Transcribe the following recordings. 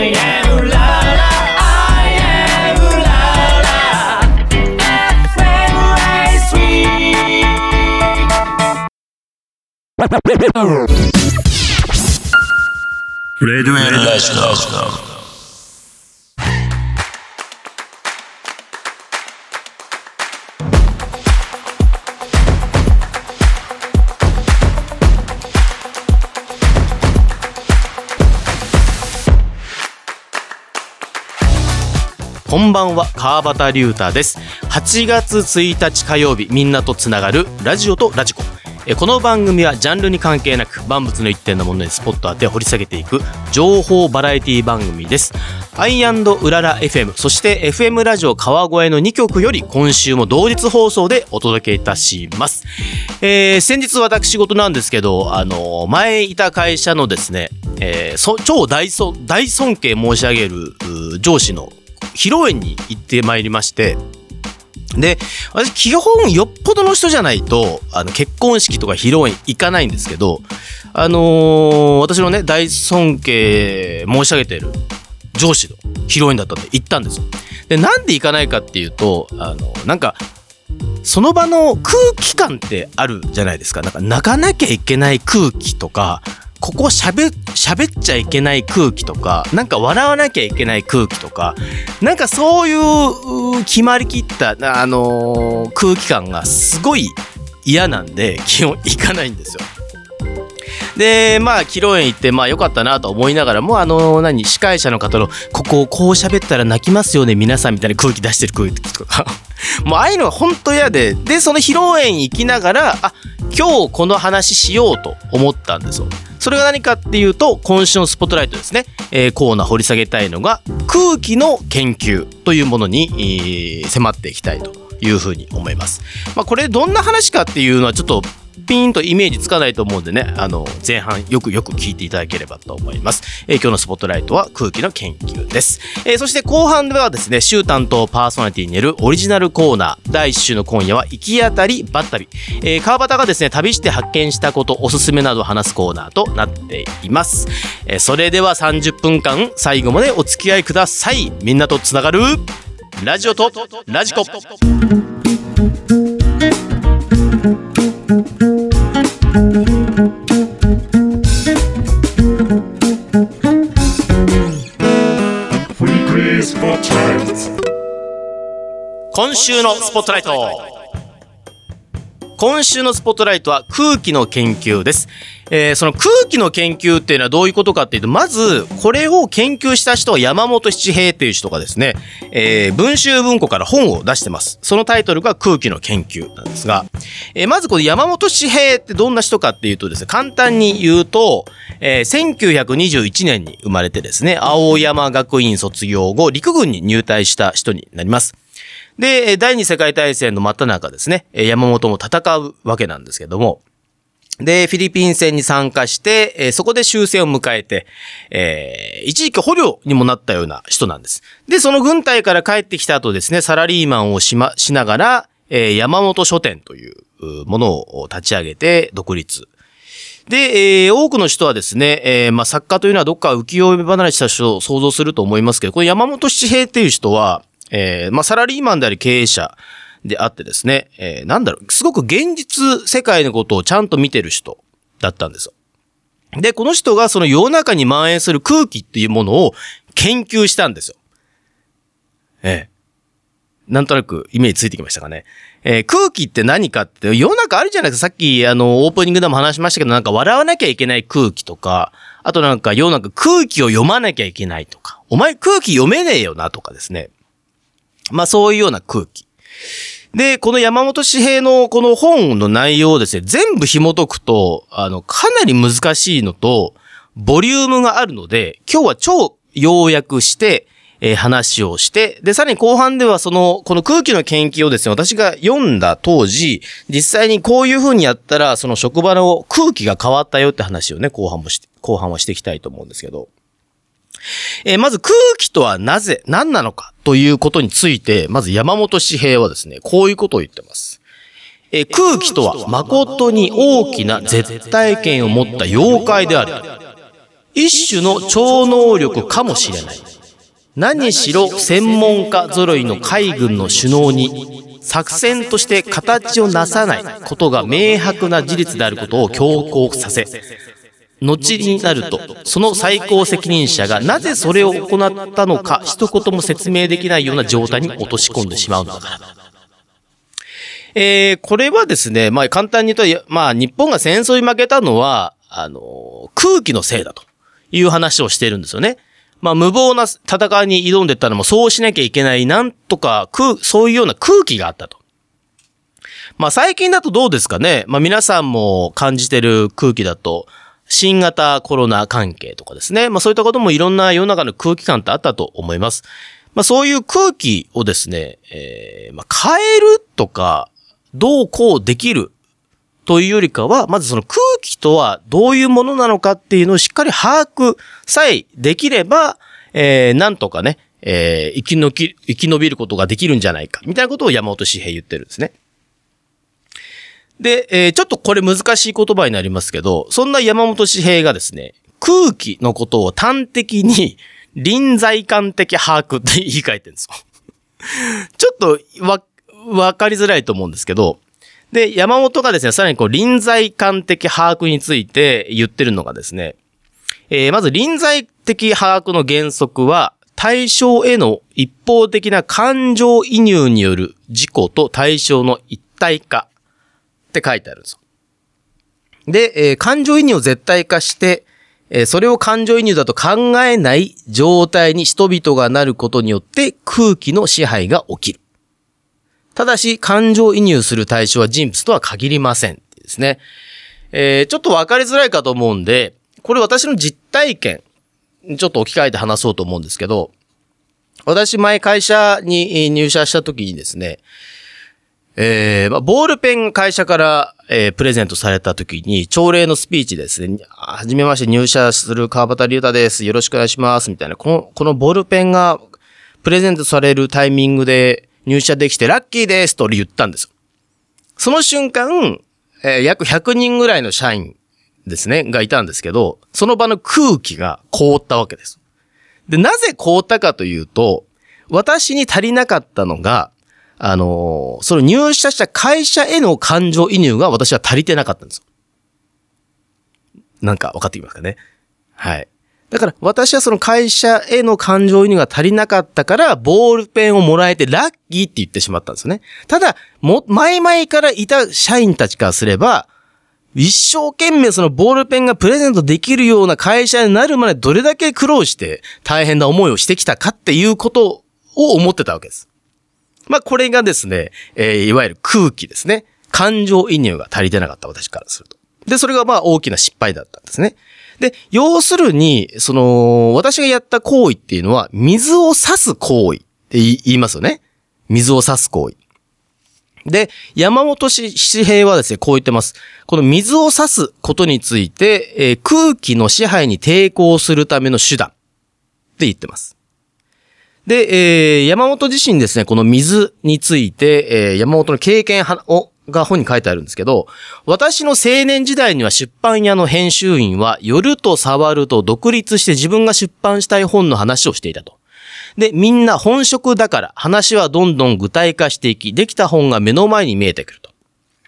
レデュエルラジオ。 こんばんは、川端龍太です。8月1日火曜日、みんなとつながるラジオとラジコ。この番組はジャンルに関係なく万物の一点のものにスポットを当て掘り下げていく情報バラエティ番組です。アイ&うらら FM、 そして FM ラジオ川越の2局より今週も同日放送でお届けいたします。先日私事なんですけど、前いた会社のですね、超大尊敬申し上げる上司の披露宴に行ってまいりまして、で、私基本よっぽどの人じゃないと結婚式とか披露宴行かないんですけど、私のね大尊敬申し上げている上司の披露宴だったんで行ったんですよ。で、なんで行かないかっていうと、なんかその場の空気感ってあるじゃないですか。なんか泣かなきゃいけない空気とか、ここ喋っちゃいけない空気とか、なんか笑わなきゃいけない空気とか、なんかそういう決まりきった空気感がすごい嫌なんで基本行かないんですよ。で、まあ披露宴行って良かったなと思いながらも、司会者の方のここをこう喋ったら泣きますよね皆さんみたいな空気出してる空気とかもうああいうのが本当嫌で、その披露宴行きながら今日この話しようと思ったんですよ。それが何かっていうと、今週のスポットライトですね、コーナー掘り下げたいのが空気の研究というものに、迫っていきたいというふうに思います。これどんな話かっていうのはちょっとピーンとイメージつかないと思うんでね、前半よく聞いていただければと思います。今日のスポットライトは空気の研究です。そして後半ではですね、週担当パーソナリティによるオリジナルコーナー、第1週の今夜は行き当たりばったり、川端がですね旅して発見したこと、おすすめなどを話すコーナーとなっています。それでは30分間最後までお付き合いください。みんなとつながるラジオとラジコ。今週のスポットライト。今週のスポットライトは空気の研究です。その空気の研究っていうのはどういうことかっていうと、まずこれを研究した人は山本七平っていう人がですね、文集文庫から本を出してます。そのタイトルが空気の研究なんですが、まずこの山本七平ってどんな人かっていうとですね、簡単に言うと、1921年に生まれてですね、青山学院卒業後陸軍に入隊した人になります。で、第二次世界大戦の真っ只中ですね、山本も戦うわけなんですけども、で、フィリピン戦に参加して、そこで終戦を迎えて、一時期捕虜にもなったような人なんです。で、その軍隊から帰ってきた後ですね、サラリーマンをしながら、山本書店というものを立ち上げて独立。で、多くの人はですね、作家というのはどっか浮世絵離れした人を想像すると思いますけど、この山本七平っていう人は、サラリーマンであり経営者であってですね、すごく現実世界のことをちゃんと見てる人だったんですよ。で、この人がその世の中に蔓延する空気っていうものを研究したんですよ。なんとなくイメージついてきましたかね。空気って何かって世の中あるじゃないですか。さっきオープニングでも話しましたけど、なんか笑わなきゃいけない空気とか、あとなんか世の中空気を読まなきゃいけないとか、お前空気読めねえよなとかですね。そういうような空気。で、この山本七平のこの本の内容をですね、全部紐解くと、かなり難しいのと、ボリュームがあるので、今日は超要約して、話をして、で、さらに後半ではこの空気の研究をですね、私が読んだ当時、実際にこういう風にやったら、その職場の空気が変わったよって話をね、後半はしていきたいと思うんですけど、まず空気とは何なのかということについて、まず山本七平はですね、こういうことを言ってます。空気とは誠に大きな絶対権を持った妖怪である。 一種の超能力かもしれない。何しろ専門家揃いの海軍の首脳に作戦として形をなさないことが明白な事実であることを強行させ、後になるとその最高責任者がなぜそれを行ったのか一言も説明できないような状態に落とし込んでしまうのだから。これはですね、簡単に言うと、日本が戦争に負けたのは、空気のせいだという話をしているんですよね。無謀な戦いに挑んでったのもそうしなきゃいけない、なんとかそういうような空気があったと。最近だとどうですかね。皆さんも感じてる空気だと、新型コロナ関係とかですね。そういったこともいろんな世の中の空気感ってあったと思います。そういう空気をですね、変えるとか、どうこうできるというよりかは、まずその空気とはどういうものなのかっていうのをしっかり把握さえできれば、なんとかね、生き延びることができるんじゃないか、みたいなことを山本茂平言ってるんですね。で、ちょっとこれ難しい言葉になりますけど、そんな山本茂平がですね、空気のことを端的に臨在感的把握って言い換えてるんですよ。ちょっとわかりづらいと思うんですけど、で、山本がですね、さらに臨在感的把握について言ってるのがですね、まず臨在的把握の原則は、対象への一方的な感情移入による自己と対象の一体化って書いてあるんですよ。で、感情移入を絶対化して、それを感情移入だと考えない状態に人々がなることによって空気の支配が起きる。ただし、感情移入する対象は人物とは限りません。ですね。ちょっとわかりづらいかと思うんで、これ私の実体験、ちょっと置き換えて話そうと思うんですけど、私前会社に入社した時にですね、ボールペン会社から、プレゼントされた時に、朝礼のスピーチですね、はじめまして入社する川端龍太です。よろしくお願いします。みたいな、このボールペンがプレゼントされるタイミングで入社できてラッキーですと言ったんですよ。その瞬間、約100人ぐらいの社員ですね、がいたんですけど、その場の空気が凍ったわけです。で、なぜ凍ったかというと、私に足りなかったのが、その入社した会社への感情移入が私は足りてなかったんですよ。なんか分かってきますかね。はい。だから私はその会社への感情移入が足りなかったから、ボールペンをもらえてラッキーって言ってしまったんですよね。ただ、前々からいた社員たちからすれば、一生懸命そのボールペンがプレゼントできるような会社になるまでどれだけ苦労して大変な思いをしてきたかっていうことを思ってたわけです。これがですね、いわゆる空気ですね。感情移入が足りてなかった私からすると。で、それが大きな失敗だったんですね。で、要するに、私がやった行為っていうのは、水を差す行為って言いますよね。水を差す行為。で、山本茂平はですね、こう言ってます。この水を差すことについて、空気の支配に抵抗するための手段って言ってます。で、山本自身ですね、この水について、山本の経験が本に書いてあるんですけど、私の青年時代には出版屋の編集員は夜と触ると独立して自分が出版したい本の話をしていたと。で、みんな本職だから話はどんどん具体化していき、できた本が目の前に見えてくると。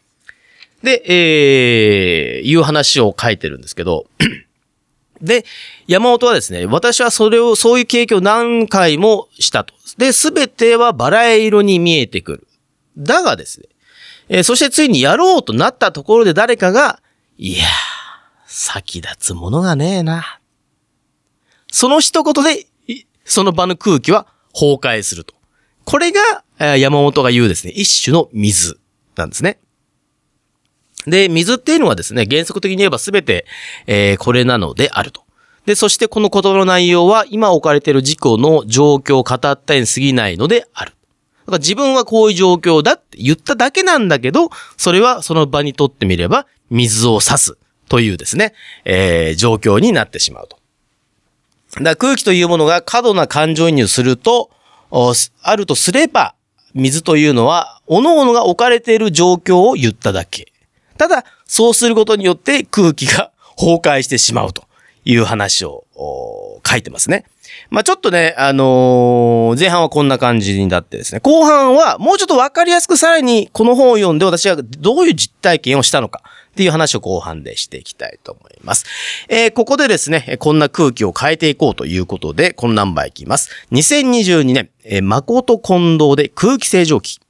で、いう話を書いてるんですけど、で、山本はですね、私はそういう経験を何回もしたと。で、すべてはバラ色に見えてくる。だがですね、そしてついにやろうとなったところで誰かが、いやー、先立つものがねえな。その一言で、その場の空気は崩壊すると。これが、山本が言うですね、一種の水なんですね。で、水っていうのはですね、原則的に言えばすべて、これなのであると。で、そしてこの言葉の内容は今置かれている事故の状況を語ったに過ぎないのである。だから自分はこういう状況だって言っただけなんだけど、それはその場にとってみれば水を差すというですね、状況になってしまうと。だから空気というものが過度な感情移入すると、あるとすれば、水というのは、各々が置かれている状況を言っただけ。ただ、そうすることによって空気が崩壊してしまうという話を書いてますね。まあ、ちょっとね、前半はこんな感じになってですね、後半はもうちょっとわかりやすくさらにこの本を読んで私はどういう実体験をしたのかっていう話を後半でしていきたいと思います。ここでですね、こんな空気を変えていこうということで、こんなんばいきます。2022年、誠近藤で空気清浄機。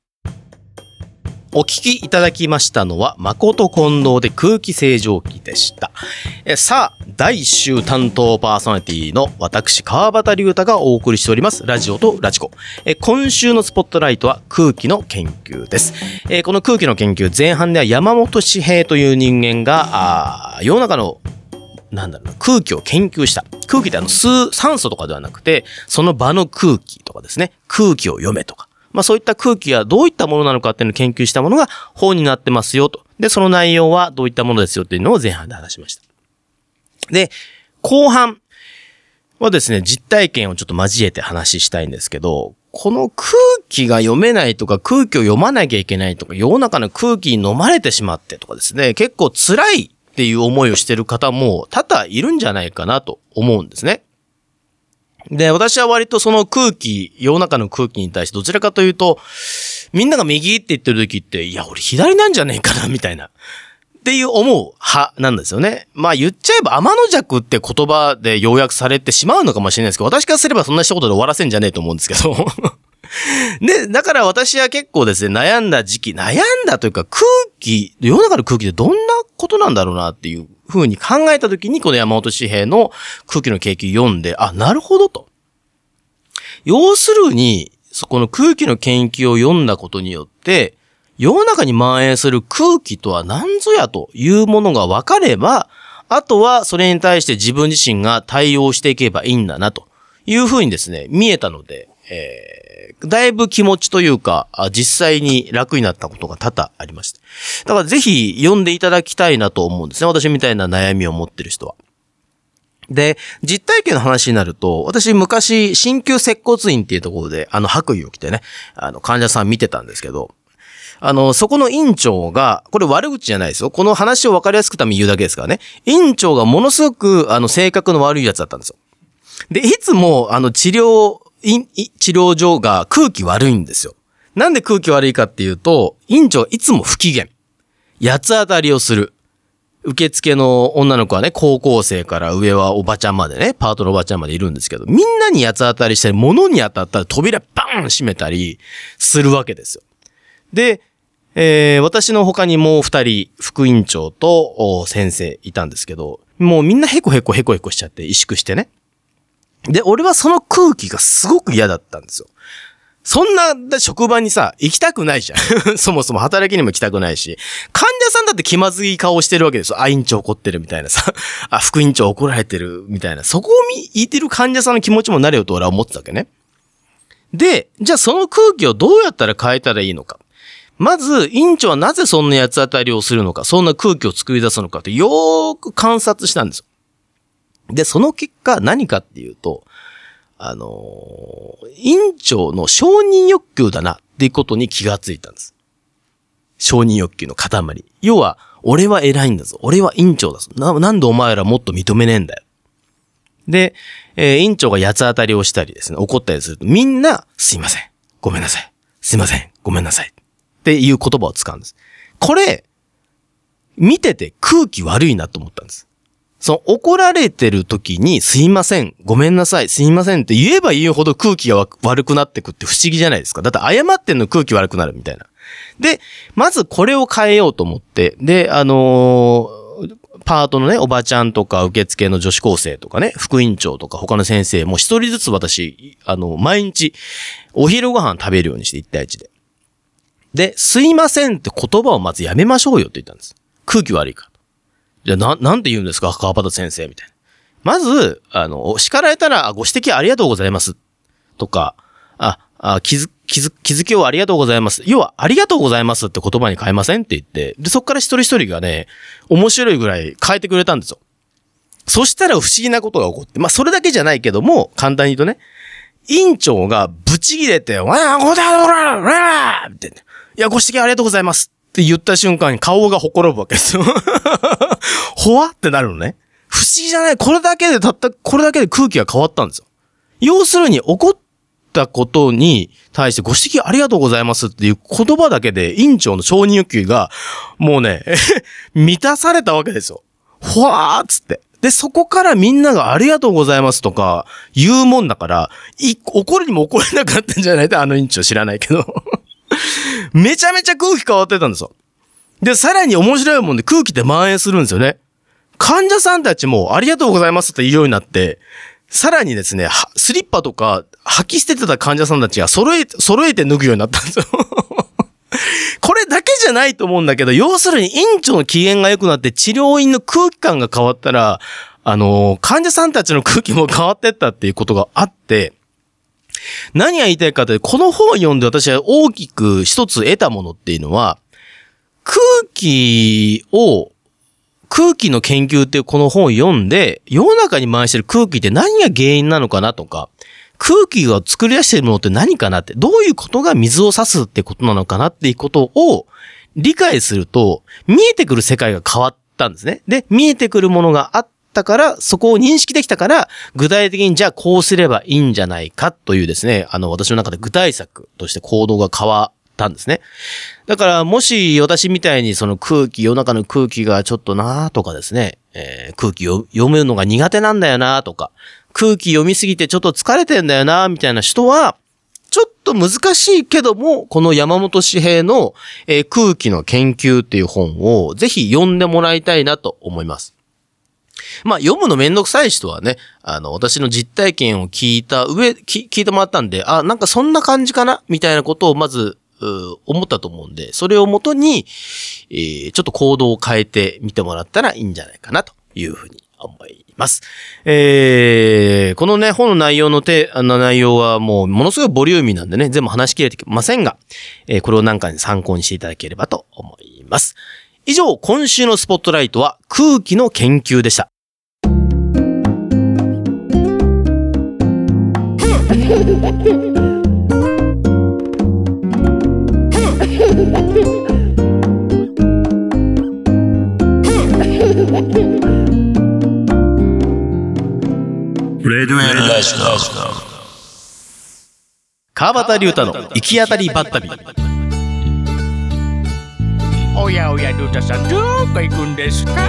お聞きいただきましたのは、誠近藤で空気清浄機でした。さあ、第1週担当パーソナリティの私、川端龍太がお送りしております、ラジオとラジコ。今週のスポットライトは空気の研究です。この空気の研究、前半では山本志平という人間が、世の中の空気を研究した。空気って酸素とかではなくて、その場の空気とかですね、空気を読めとか。まあそういった空気がどういったものなのかっていうのを研究したものが本になってますよと。で、その内容はどういったものですよっていうのを前半で話しました。で、後半はですね、実体験をちょっと交えて話したいんですけど、この空気が読めないとか空気を読まなきゃいけないとか、世の中の空気に飲まれてしまってとかですね、結構辛いっていう思いをしてる方も多々いるんじゃないかなと思うんですね。で、私は割とその空気、世の中の空気に対してどちらかというと、みんなが右って言ってる時って、いや、俺左なんじゃねえかな、みたいな。っていう思う派なんですよね。まあ言っちゃえば天の弱って言葉で要約されてしまうのかもしれないですけど、私からすればそんな一言で終わらせんじゃねえと思うんですけど。で、だから私は結構ですね、悩んだというか世の中の空気ってどんなことなんだろうなっていう風に考えたときに、この山本志平の空気の研究読んで、あ、なるほどと。要するに、そこの空気の研究を読んだことによって、世の中に蔓延する空気とは何ぞやというものが分かれば、あとはそれに対して自分自身が対応していけばいいんだなという風にですね、見えたので、だいぶ気持ちというか、実際に楽になったことが多々ありました。だからぜひ読んでいただきたいなと思うんですね。私みたいな悩みを持ってる人は。で、実体験の話になると、私昔、鍼灸接骨院っていうところで、白衣を着てね、患者さん見てたんですけど、そこの院長が、これ悪口じゃないですよ。この話を分かりやすくために言うだけですからね。院長がものすごく、性格の悪いやつだったんですよ。で、いつも、治療所が空気悪いんですよ。なんで空気悪いかっていうと、院長いつも不機嫌。八つ当たりをする。受付の女の子はね、高校生から上はおばちゃんまでね、パートのおばちゃんまでいるんですけど、みんなに八つ当たりしたり、物に当たったら扉バーン閉めたりするわけですよ。で、私の他にもう二人、副院長と先生いたんですけど、もうみんなヘコヘコしちゃって萎縮してね。で、俺はその空気がすごく嫌だったんですよ。そんな職場にさ、行きたくないじゃん。そもそも働きにも行きたくないし、患者さんだって気まずい顔してるわけですよ。院長怒ってるみたいなさ、副院長怒られてるみたいな。そこを言ってる患者さんの気持ちもなれよと俺は思ってたわけね。で、じゃあその空気をどうやったら変えたらいいのか。まず、院長はなぜそんな八つ当たりをするのか、そんな空気を作り出すのかってよーく観察したんですよ。で、その結果何かっていうと、院長の承認欲求だなっていうことに気がついたんです。承認欲求の塊。要は、俺は偉いんだぞ。俺は院長だぞ。なんでお前らもっと認めねえんだよ。で、院長が八つ当たりをしたりですね、怒ったりすると、みんな、すいません。ごめんなさい。すいません。ごめんなさい。っていう言葉を使うんです。これ、見てて空気悪いなと思ったんです。怒られてる時に、すいません、ごめんなさい、すいませんって言えば言うほど空気が悪くなってくって不思議じゃないですか。だって謝ってんの空気悪くなるみたいな。で、まずこれを変えようと思って、で、パートのね、おばちゃんとか受付の女子高生とかね、副院長とか他の先生も一人ずつ私、毎日お昼ご飯食べるようにして1対1で。で、すいませんって言葉をまずやめましょうよって言ったんです。空気悪いから。じゃあなんて言うんですか川端先生みたいな。まず、叱られたら、ご指摘ありがとうございます。とか、気づきをありがとうございます。要は、ありがとうございますって言葉に変えませんって言って、で、そっから一人一人がね、面白いぐらい変えてくれたんですよ。そしたら不思議なことが起こって、まあ、それだけじゃないけども、簡単に言うとね、院長がブチ切れて、みたいな。いや、ご指摘ありがとうございます。って言った瞬間に顔がほころぶわけですよ。ほわってなるのね。不思議じゃない？これだけで空気が変わったんですよ。要するに、起こったことに対してご指摘ありがとうございますっていう言葉だけで、院長の承認欲求が、もうね、満たされたわけですよ。ふわーっつって。で、そこからみんながありがとうございますとか言うもんだから、怒るにも怒れなかったんじゃないって、あの院長知らないけど。めちゃめちゃ空気変わってたんですよ。で、さらに面白いもんで空気って蔓延するんですよね。患者さんたちもありがとうございますって言うようになって、さらにですね、スリッパとか履き捨ててた患者さんたちが揃えて脱ぐようになったんですよ。これだけじゃないと思うんだけど、要するに院長の機嫌が良くなって治療院の空気感が変わったら、患者さんたちの空気も変わってったっていうことがあって、何が言いたいかというと、この本を読んで私は大きく一つ得たものっていうのは、空気の研究っていうこの本を読んで、世の中に回してる空気って何が原因なのかなとか、空気を作り出しているものって何かなって、どういうことが水を差すってことなのかなっていうことを理解すると、見えてくる世界が変わったんですね。で、見えてくるものがあったから、そこを認識できたから、具体的にじゃあこうすればいいんじゃないかというですね、私の中で具体策として行動が変わったんですね。だから、もし私みたいにその世の中の空気がちょっとなーとかですね、空気を読むのが苦手なんだよなーとか、空気読みすぎてちょっと疲れてんだよなーみたいな人は、ちょっと難しいけども、この山本志平の、空気の研究っていう本をぜひ読んでもらいたいなと思います。まあ、読むのめんどくさい人はね、私の実体験を聞いてもらったんで、なんかそんな感じかなみたいなことをまず、思ったと思うんで、それをもとに、ちょっと行動を変えてみてもらったらいいんじゃないかなというふうに思います。このね、本の内容はもうものすごいボリューミーなんでね、全部話しきれてませんが、これをなんかに参考にしていただければと思います。以上、今週のスポットライトは空気の研究でした。 レデュエルラジオ。 川端龍太の行き当たりばったり。 おやおや、龍太さん、どこ行くんですか？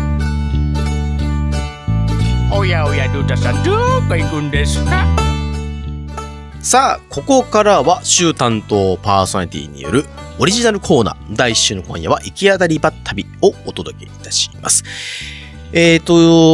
おやおや、龍太さん、どこ行くんですか？ さあ、ここからは週担当パーソナリティによるオリジナルコーナー、第1週の今夜は行き当たりばったりをお届けいたします。先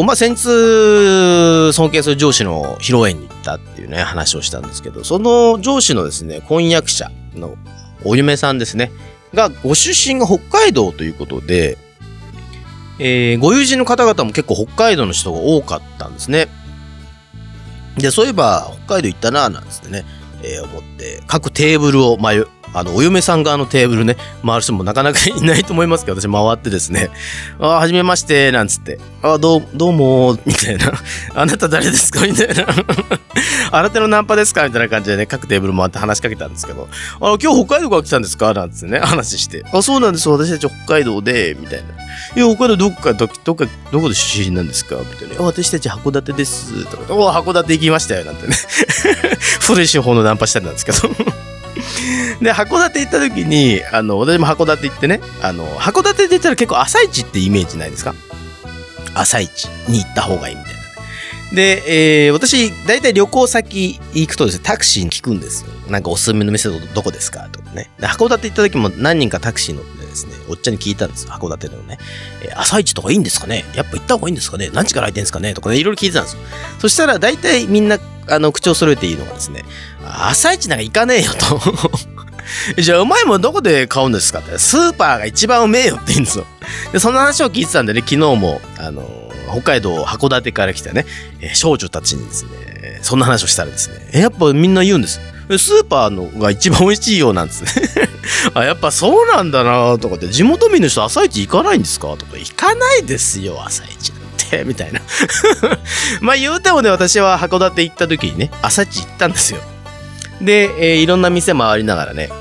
日、尊敬する上司の披露宴に行ったっていうね、話をしたんですけど、その上司のですね、婚約者のお嫁さんですね、が、ご出身が北海道ということで、ご友人の方々も結構北海道の人が多かったんですね。で、そういえば北海道行ったなぁなんつってね、思って各テーブルをお嫁さん側のテーブルね回る人もなかなかいないと思いますけど、私回ってですね、はじめましてなんつって、どうもみたいな、あなた誰ですかみたいな、新手のナンパですかみたいな感じでね、各テーブル回って話しかけたんですけど、今日北海道から来たんですかなんつってね、話して、そうなんです、私たち北海道でみたいな、北海道どこで出身なんですかみたいな、私たち函館ですとか、函館行きましたよなんてね古い手法のナンパしたりなんですけどで、函館行った時に、私も函館行ってね、函館で言ったら結構朝市ってイメージないですか？朝市に行った方がいいみたいな。で、私、だいたい旅行先行くとですね、タクシーに聞くんですよ。なんかおすすめの店どこですかとかね。で、函館行った時も何人かタクシー乗ってですね、おっちゃんに聞いたんですよ。函館のね。朝市とかいいんですかね？やっぱ行った方がいいんですかね？何時から空いてんですかね？とかね、いろいろ聞いてたんですよ。そしたら、だいたいみんな、口を揃えていいのがですね、朝市なんか行かねえよと。じゃあ、うまいもんどこで買うんですかって。スーパーが一番うめえよって言うんですよ。で、その話を聞いてたんでね、昨日も、北海道函館から来たね、少女たちにですね、そんな話をしたらですね、やっぱみんな言うんです。スーパーのが一番美味しいよなんですね。やっぱそうなんだなとかって、地元民の人朝市行かないんですかとか、行かないですよ、朝市なんて、みたいな。まあ言うてもね、私は函館行った時にね、朝市行ったんですよ。で、いろんな店回りながらね、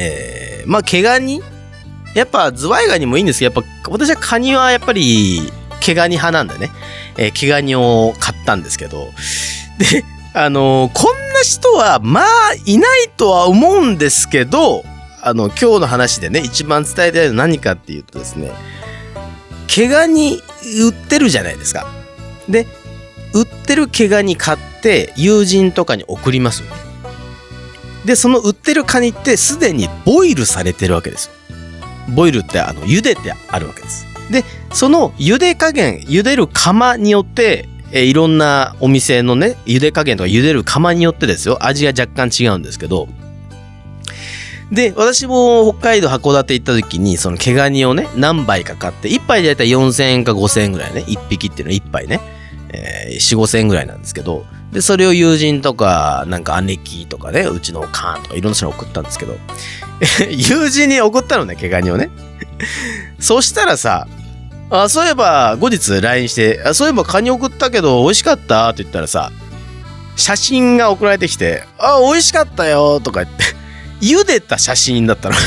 まあ毛ガニやっぱズワイガニもいいんですけど、やっぱ私はカニはやっぱり毛ガニ派なんでね、毛ガニを買ったんですけど、で、こんな人はまあいないとは思うんですけど、今日の話でね、一番伝えたいのは何かっていうとですね、毛ガニ売ってるじゃないですか。で、売ってる毛ガニ買って友人とかに送ります。で、その売ってるカニってすでにボイルされてるわけですよ。ボイルって茹でてあるわけです。で、その茹で加減、茹でる釜によって、いろんなお店のね、茹で加減とか茹でる釜によってですよ、味が若干違うんですけど、で、私も北海道函館行った時に、その毛ガニをね、何杯か買って、1杯でだいたい4000円か5000円ぐらいね、1匹っていうのは1杯ね、4、5000円ぐらいなんですけど、で、それを友人とか、なんか姉貴とかね、うちのおかんとかいろんな人に送ったんですけど、友人に送ったのね、毛ガニをね。そしたらさ、そういえば、後日 LINE して、そういえばカニ送ったけど美味しかったって言ったらさ、写真が送られてきて、美味しかったよとか言って、茹でた写真だったの。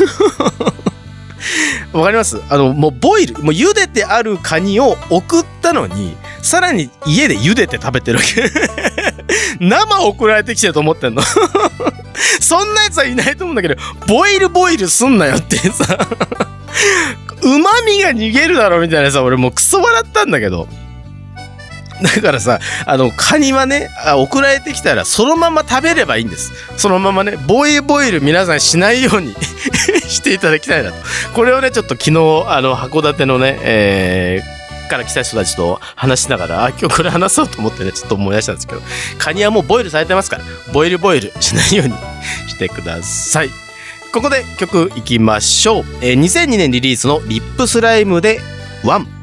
わかります？もうボイル、もう茹でてあるカニを送ったのに、さらに家で茹でて食べてるわけ。生送られてきてると思ってんの。そんなやつはいないと思うんだけど、ボイルすんなよってさ。旨味が逃げるだろみたいなさ、俺もうクソ笑ったんだけど。だからさ、カニはね、送られてきたらそのまま食べればいいんです。そのままね、ボイル皆さんしないようにしていただきたいなと。これをね、ちょっと昨日、函館のね、から来た人たちと話しながら、今日これ話そうと思ってね、ちょっと思い出したんですけど、カニはもうボイルされてますから、ボイルしないようにしてください。ここで曲いきましょう。2002年リリースのリップスライムでワン。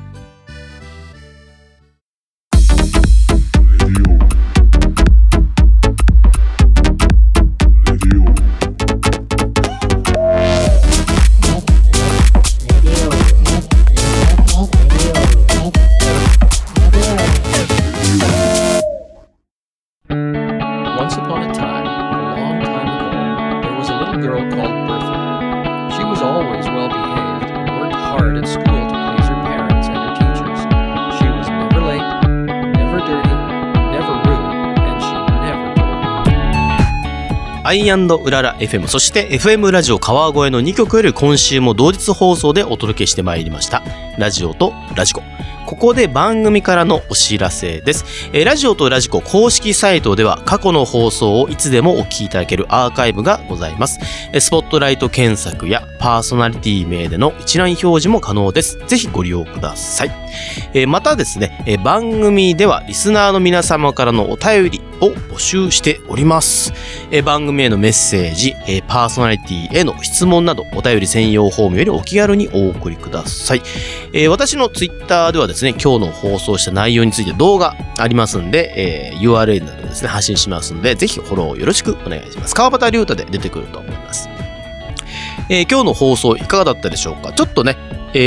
アイ&うらら FM、 そして FM ラジオ川越の2曲より今週も同日放送でお届けしてまいりましたラジオとラジコ。ここで番組からのお知らせです。ラジオとラジコ公式サイトでは過去の放送をいつでもお聞きいただけるアーカイブがございます。スポットライト検索やパーソナリティ名での一覧表示も可能です。ぜひご利用ください。またですね、番組ではリスナーの皆様からのお便りを募集しております。番組へのメッセージ、パーソナリティへの質問などお便り専用フォームよりお気軽にお送りください。私のツイッターではですね、今日の放送した内容について動画ありますんで、URL などですね発信しますんで、ぜひフォローよろしくお願いします。川端龍太で出てくると思います。今日の放送いかがだったでしょうか。ちょっとね、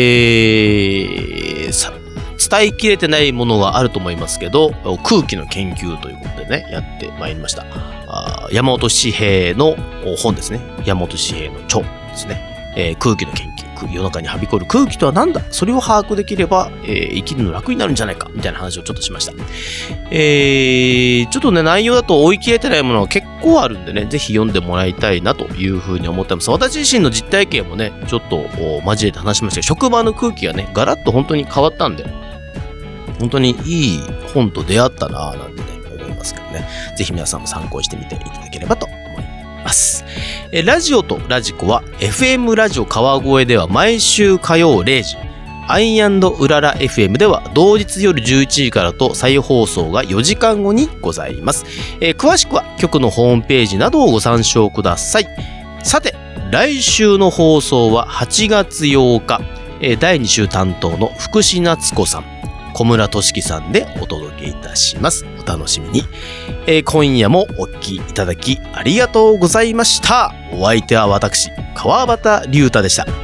伝えきれてないものがあると思いますけど、空気の研究ということでね、やってまいりました。山本紙幣の本ですね。山本紙幣の著ですね。空気の研究。世の中にはびこる空気とは何だ、それを把握できれば、生きるの楽になるんじゃないかみたいな話をちょっとしました。ちょっとね、内容だと追い切れてないものが結構あるんでね、ぜひ読んでもらいたいなというふうに思ってます。私自身の実体験もね、ちょっと交えて話しましたけど、職場の空気がね、ガラッと本当に変わったんで、本当にいい本と出会ったなぁなんてね、思いますけどね。ぜひ皆さんも参考にしてみていただければと思います。ラジオとラジコは FM ラジオ川越では毎週火曜0時、アイ&うらら FM では同日夜11時からと再放送が4時間後にございます。詳しくは局のホームページなどをご参照ください。さて、来週の放送は8月8日、第2週担当の福士夏子さん、小村俊樹さんでお届けいたします。お楽しみに。今夜もお聞きいただきありがとうございました。お相手は私、川端龍太でした。